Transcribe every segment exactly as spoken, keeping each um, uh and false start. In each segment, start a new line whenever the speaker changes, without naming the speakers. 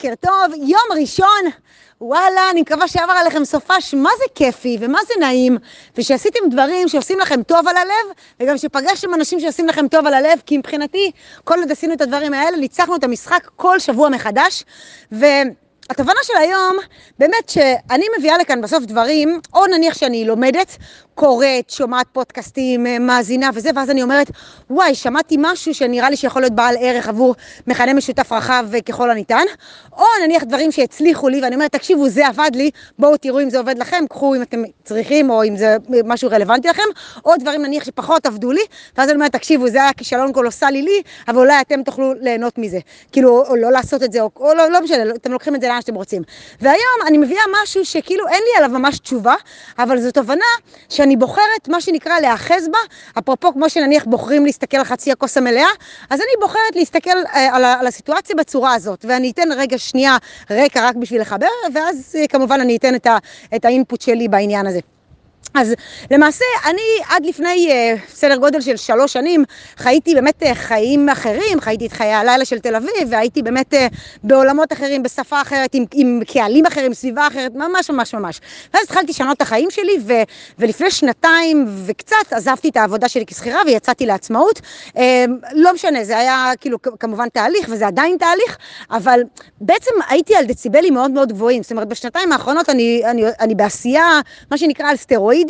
בוקר טוב, יום ראשון, וואלה, אני מקווה שעבר עליכם סופש, מה זה כיפי ומה זה נעים, ושעשיתם דברים שעושים לכם טוב על הלב, וגם שפגשתם אנשים שעושים לכם טוב על הלב, כי מבחינתי, כל עוד עשינו את הדברים האלה, ניצחנו את המשחק כל שבוע מחדש, ו... התובנה של היום, באמת שאני מביאה לכאן בסוף דברים, או נניח שאני לומדת, קוראת, שומעת פודקאסטים, מאזינה וזה, ואז אני אומרת, וואי, שמעתי משהו שנראה לי שיכול להיות בעל ערך עבור מכנה משותף רחב ככל הניתן, או נניח דברים שהצליחו לי, ואני אומרת, תקשיבו, זה עבד לי, בואו תראו אם זה עובד לכם, קחו אם אתם צריכים, או אם זה משהו רלוונטי לכם, או דברים נניח שפחות עבדו לי, ואז אני אומרת, תקשיבו, זה היה כישלון קולוסלי לי, אבל אולי אתם תוכלו ליהנות מזה, כאילו, או לא לעשות את זה, או, או לא, לא משנה, אתם לוקחים את זה לאן שאתם רוצים. והיום אני מביאה משהו שכאילו אין לי עליו ממש תשובה, אבל זו תובנה שאני בוחרת מה שנקרא להאחז בה, אפרופו כמו שנניח בוחרים להסתכל על חצי הכוס המלאה, אז אני בוחרת להסתכל אה, על, על הסיטואציה בצורה הזאת, ואני אתן רגע שנייה רקע רק בשביל לחבר, ואז אה, כמובן אני אתן את, ה, את האינפוט שלי בעניין הזה. אז למעשה אני עד לפני uh, סדר גודל של שלוש שנים חייתי באמת uh, חיים אחרים, חייתי את חיי הלילה של תל אביב, והייתי באמת uh, בעולמות אחרים, בשפה אחרת, עם, עם קהלים אחרים, סביבה אחרת, ממש ממש ממש. ואז התחלתי לשנות את החיים שלי, ו, ולפני שנתיים וקצת עזבתי את העבודה שלי כשכירה ויצאתי לעצמאות. Uh, לא משנה, זה היה כאילו כמובן תהליך, וזה עדיין תהליך, אבל בעצם הייתי על דציבלים מאוד מאוד גבוהים. זאת אומרת, בשנתיים האחרונות אני, אני, אני בעשייה, מה שנקרא על סטרואידים,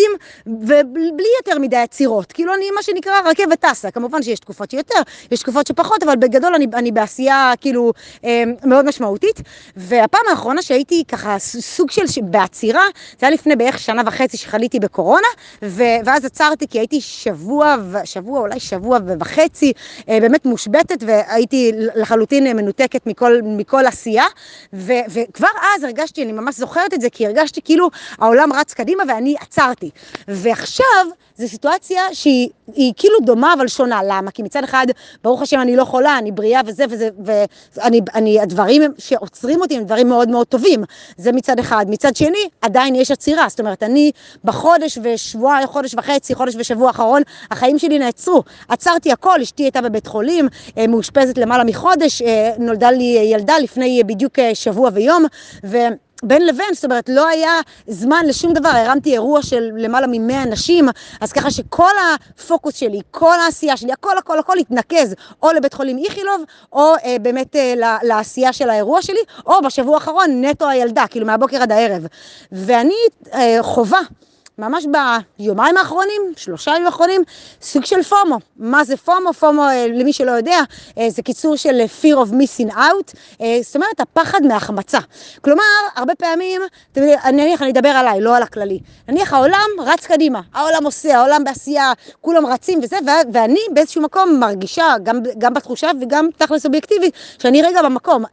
ובלי יותר מדי עצירות, כאילו אני מה שנקרא רכבת טסה, כמובן שיש תקופות שיותר, יש תקופות שפחות, אבל בגדול אני, אני בעשייה כאילו אה, מאוד משמעותית, והפעם האחרונה שהייתי ככה סוג של בעצירה, זה היה לפני בערך שנה וחצי שחליתי בקורונה, ו, ואז עצרתי כי הייתי שבוע, שבוע אולי שבוע וחצי, אה, באמת מושבטת, והייתי לחלוטין מנותקת מכל, מכל עשייה, ו, וכבר אז הרגשתי, אני ממש זוכרת את זה, כי הרגשתי כאילו העולם רץ קדימה ואני עצרתי. ועכשיו זו סיטואציה שהיא היא כאילו דומה אבל שונה. למה? כי מצד אחד, ברוך השם אני לא חולה, אני בריאה וזה וזה, ואני, אני, הדברים שעוצרים אותי הם דברים מאוד מאוד טובים. זה מצד אחד. מצד שני, עדיין יש עצירה. זאת אומרת, אני בחודש ושבוע, חודש וחצי, חודש ושבוע האחרון, החיים שלי נעצרו. עצרתי הכל, אשתי הייתה בבית חולים, מאושפזת למעלה מחודש, נולדה לי ילדה לפני בדיוק שבוע ויום, ו... בין לבין, זאת אומרת, לא היה זמן לשום דבר, הרמתי אירוע של למעלה ממאה אנשים, אז ככה שכל הפוקוס שלי, כל העשייה שלי, הכל הכל הכל התנקז, או לבית חולים איכילוב, או אה, באמת אה, לעשייה של האירוע שלי, או בשבוע האחרון נטו הילדה, כאילו מהבוקר עד הערב. ואני אה, חובה, ממש ביומיים האחרונים, שלושה ימים האחרונים, סוג של פומו. מה זה פומו? פומו, למי שלא יודע, זה קיצור של fear of missing out, זאת אומרת, הפחד מהחמצה. כלומר, הרבה פעמים, נניח אני אדבר עליי, לא על הכללי. נניח העולם רץ קדימה, העולם עושה, העולם בעשייה, כולם רצים וזה, ואני באיזשהו מקום מרגישה, גם, גם בתחושה וגם תכלס אובייקטיבי, שאני רגע במקום,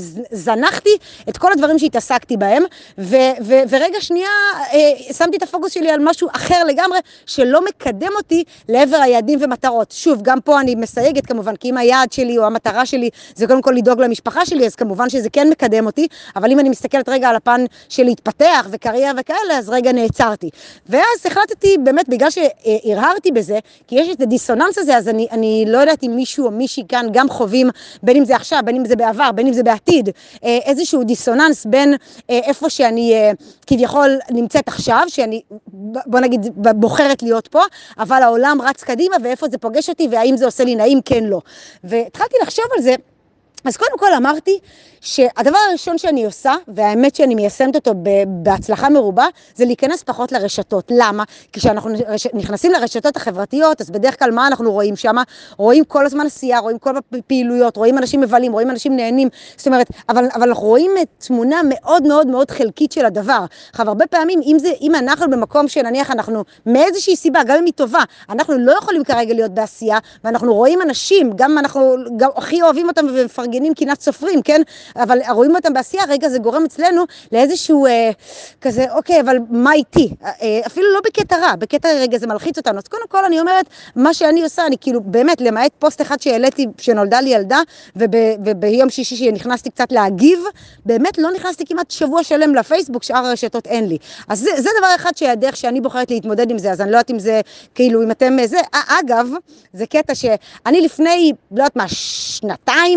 זנחתי את כל הדברים שהתעסקתי בהם, ו, ו, ורגע שנייה, שמתי את הפוקוס שלי על משהו אחר לגמרי, שלא מקדם אותי לעבר היעדים ומטרות. שוב, גם פה אני מסייגת כמובן, כי אם היעד שלי או המטרה שלי זה קודם כל לדאוג למשפחה שלי, אז כמובן שזה כן מקדם אותי, אבל אם אני מסתכלת רגע על הפן של להתפתח וקריירה וכאלה, אז רגע נעצרתי. ואז החלטתי באמת, בגלל שהרהרתי בזה, כי יש את הדיסוננס הזה, אז אני, אני לא יודעת אם מישהו או מישהי כאן גם חווים, בין אם זה עכשיו, בין אם זה בעבר, בין אם זה בעתיד, איזשהו דיסוננס בין איפה שאני כביכול נמצאת עכשיו, שאני בוא נגיד, בוחרת להיות פה, אבל העולם רץ קדימה, ואיפה זה פוגש אותי, והאם זה עושה לי נעים, כן, לא. והתחלתי לחשוב על זה, אז קודם כל אמרתי שהדבר הראשון שאני עושה, והאמת שאני מיישמת אותו בהצלחה מרובה, זה להיכנס פחות לרשתות. למה? כי כשאנחנו נכנסים לרשתות החברתיות, אז בדרך כלל מה אנחנו רואים שם? רואים כל הזמן עשייה, רואים כל פעילויות, רואים אנשים מבלים, רואים אנשים נהנים. זאת אומרת, אבל, אבל אנחנו רואים תמונה מאוד מאוד מאוד חלקית של הדבר. עכשיו, הרבה פעמים, אם זה, אם אנחנו במקום שנניח אנחנו, מאיזושהי סיבה, גם אם היא טובה, אנחנו לא יכולים כרגע להיות בעשייה, ואנחנו רואים אנשים, גם אנחנו גם הכי אוהבים אותם ומפרגנים קנאת סופרים, כן? אבל רואים אותם בעשייה, רגע זה גורם אצלנו לאיזשהו אה, כזה, אוקיי, אבל מה איתי? אה, אפילו לא בקטע רע, בקטע רגע זה מלחיץ אותנו. אז קודם כל אני אומרת, מה שאני עושה, אני כאילו באמת, למעט פוסט אחד שהעליתי, שנולדה לי ילדה, וב, וביום שישי שנכנסתי קצת להגיב, באמת לא נכנסתי כמעט שבוע שלם לפייסבוק, שאר הרשתות אין לי. אז זה, זה דבר אחד שהדרך שאני בוחרת להתמודד עם זה, אז אני לא יודעת אם זה, כאילו, אם אתם זה, אגב, זה קטע שאני לפני, לא יודעת מה, שנתיים,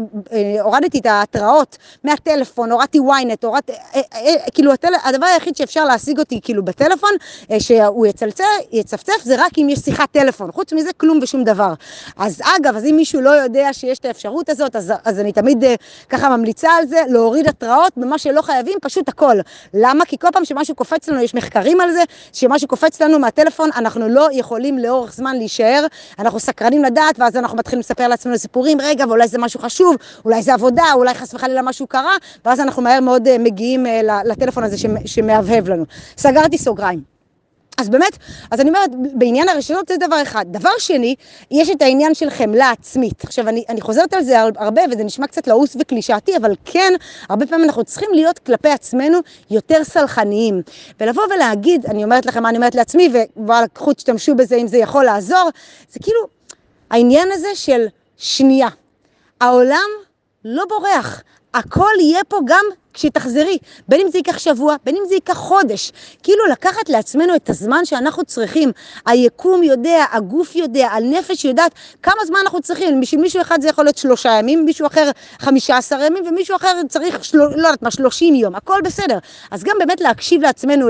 הורדתי את ההתראות מהטלפון, הורדתי וויינט, הורדתי, כאילו הדבר היחיד שאפשר להשיג אותי כאילו בטלפון, שהוא יצלצל, יצפצף, זה רק אם יש שיחת טלפון, חוץ מזה כלום ושום דבר. אז אגב, אז אם מישהו לא יודע שיש את האפשרות הזאת, אז, אז אני תמיד ככה ממליצה על זה, להוריד התראות במה שלא חייבים, פשוט הכל. למה? כי כל פעם שמשהו קופץ לנו, יש מחקרים על זה, שמשהו קופץ לנו מהטלפון, אנחנו לא יכולים לאורך זמן להישאר, אנחנו סקרנים לדעת, ואז אנחנו מתחילים לספר לעצמנו סיפורים, רגע, ואולי זה משהו חשוב, אולי זה עבודה, אולי חס וחלילה משהו קרה, ואז אנחנו מהר מאוד מגיעים לטלפון הזה שמהבהב לנו. סגרתי סוגריים. אז באמת, אז אני אומרת, בעניין הרשתות זה דבר אחד. דבר שני, יש את העניין של חמלה עצמית. עכשיו, אני, אני חוזרת על זה הרבה, וזה נשמע קצת לעוס וקלישאתי, אבל כן, הרבה פעמים אנחנו צריכים להיות כלפי עצמנו יותר סלחניים. ולבוא ולהגיד, אני אומרת לכם מה אני אומרת לעצמי, ובואו לקחו, תשתמשו בזה אם זה יכול לעזור, זה כאילו, העניין הזה של שנייה. העולם לא בורח. הכל יהיה פה גם כשתחזרי, בין אם זה ייקח שבוע, בין אם זה ייקח חודש, כאילו לקחת לעצמנו את הזמן שאנחנו צריכים, היקום יודע, הגוף יודע, הנפש יודעת כמה זמן אנחנו צריכים, בשביל מישהו אחד זה יכול להיות שלושה ימים, מישהו אחר חמישה עשר ימים, ומישהו אחר צריך, של... לא יודעת מה, שלושים יום, הכל בסדר. אז גם באמת להקשיב לעצמנו,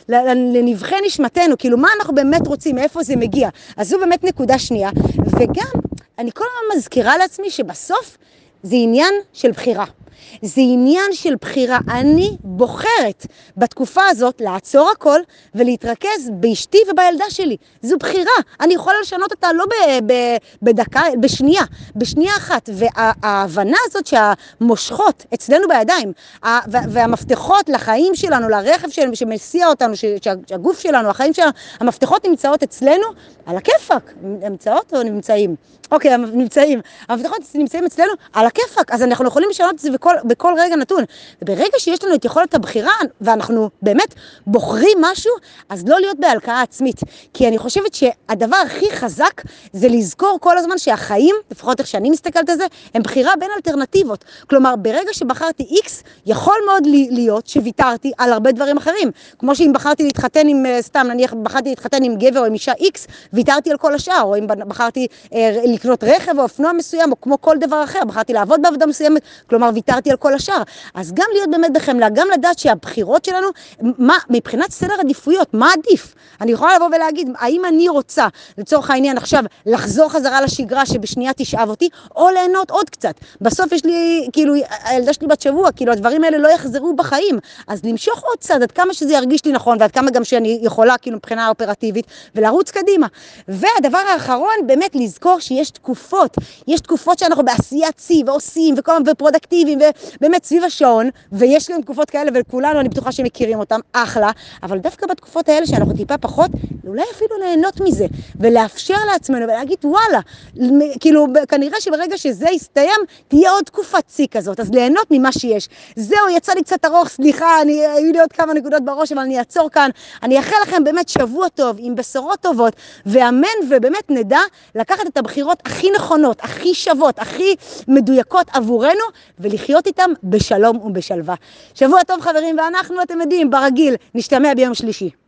לנבחי נשמתנו, כאילו מה אנחנו באמת רוצים, מאיפה זה מגיע. אז זו באמת נקודה שנייה, וגם אני כל הזמן מזכירה לעצמי שבסוף זה עניין של בחירה. זה עניין של בחירה. אני בוחרת בתקופה הזאת לעצור הכל ולהתרכז באשתי ובילדה שלי. זו בחירה. אני יכולה לשנות אותה לא ב- ב- בדקה, בשנייה, בשנייה אחת. וההבנה הזאת שהמושכות אצלנו בידיים, והמפתחות לחיים שלנו, לרכב שלנו שמסיע אותנו, שהגוף שלנו, החיים שלנו, המפתחות נמצאות אצלנו על הכיפק. נמצאות או נמצאים? אוקיי, נמצאים. המפתחות נמצאים אצלנו על הכיפק. אז אנחנו יכולים לשנות את זה בכל, בכל רגע נתון. וברגע שיש לנו את יכולת הבחירה, ואנחנו באמת בוחרים משהו, אז לא להיות בהלקאה עצמית. כי אני חושבת שהדבר הכי חזק זה לזכור כל הזמן שהחיים, לפחות איך שאני מסתכלת על זה, הם בחירה בין אלטרנטיבות. כלומר, ברגע שבחרתי X, יכול מאוד להיות שוויתרתי על הרבה דברים אחרים. כמו שאם בחרתי להתחתן עם, סתם, נניח, בחרתי להתחתן עם גבר או עם אישה X, ויתרתי על כל השאר, או אם בחרתי אה, לקנות רכב או אופנוע מסוים, או כמו כל דבר אחר, בחרתי לעבוד בעבודה מסוימת, כלומר, ויתרתי על כל השאר. אז גם להיות באמת בחמלה, גם לדעת שהבחירות שלנו, מה, מבחינת סדר עדיפויות, מה עדיף? אני יכולה לבוא ולהגיד, האם אני רוצה, לצורך העניין עכשיו, לחזור חזרה לשגרה שבשנייה תשאב אותי, או ליהנות עוד קצת. בסוף יש לי, כאילו, הילדה שלי בת שבוע, כאילו, הדברים האלה לא יחזרו בחיים. אז למשוך עוד צד, עד כמה שזה ירגיש לי נכון, ועד כמה גם שאני יכולה, כאילו, מבחינה אופרטיבית, ולרוץ קדימה. והדבר האחרון, באמת לזכור שיש תקופות, יש תקופות שאנחנו בעשיית צי, ועושים, ופרודקטיביים, ובאמת סביב השעון, ויש גם תקופות כאלה, וכולנו, אני בטוחה שמכירים אותם, אחלה, אבל דווקא בתקופות האלה שאנחנו טיפה פחות, אולי אפילו ליהנות מזה, ולאפשר לעצמנו, ולהגיד, וואלה, כאילו, כנראה שברגע שזה יסתיים, תהיה עוד תקופת צי כזאת, אז ליהנות ממה שיש. זהו, יצא לי קצת ארוך, סליחה, אני, היו לי עוד כמה נקודות בראש, אבל אני אעצור כאן. אני אאחל לכם באמת שבוע טוב, עם בשורות טובות, ואמן, ובאמת נדע לקחת את הבחירות הכי נכונות, הכי שוות, הכי מדויקות עבורנו, ולחיות איתם בשלום ובשלווה. שבוע טוב חברים, ואנחנו, אתם יודעים, ברגיל, נשתמע ביום שלישי.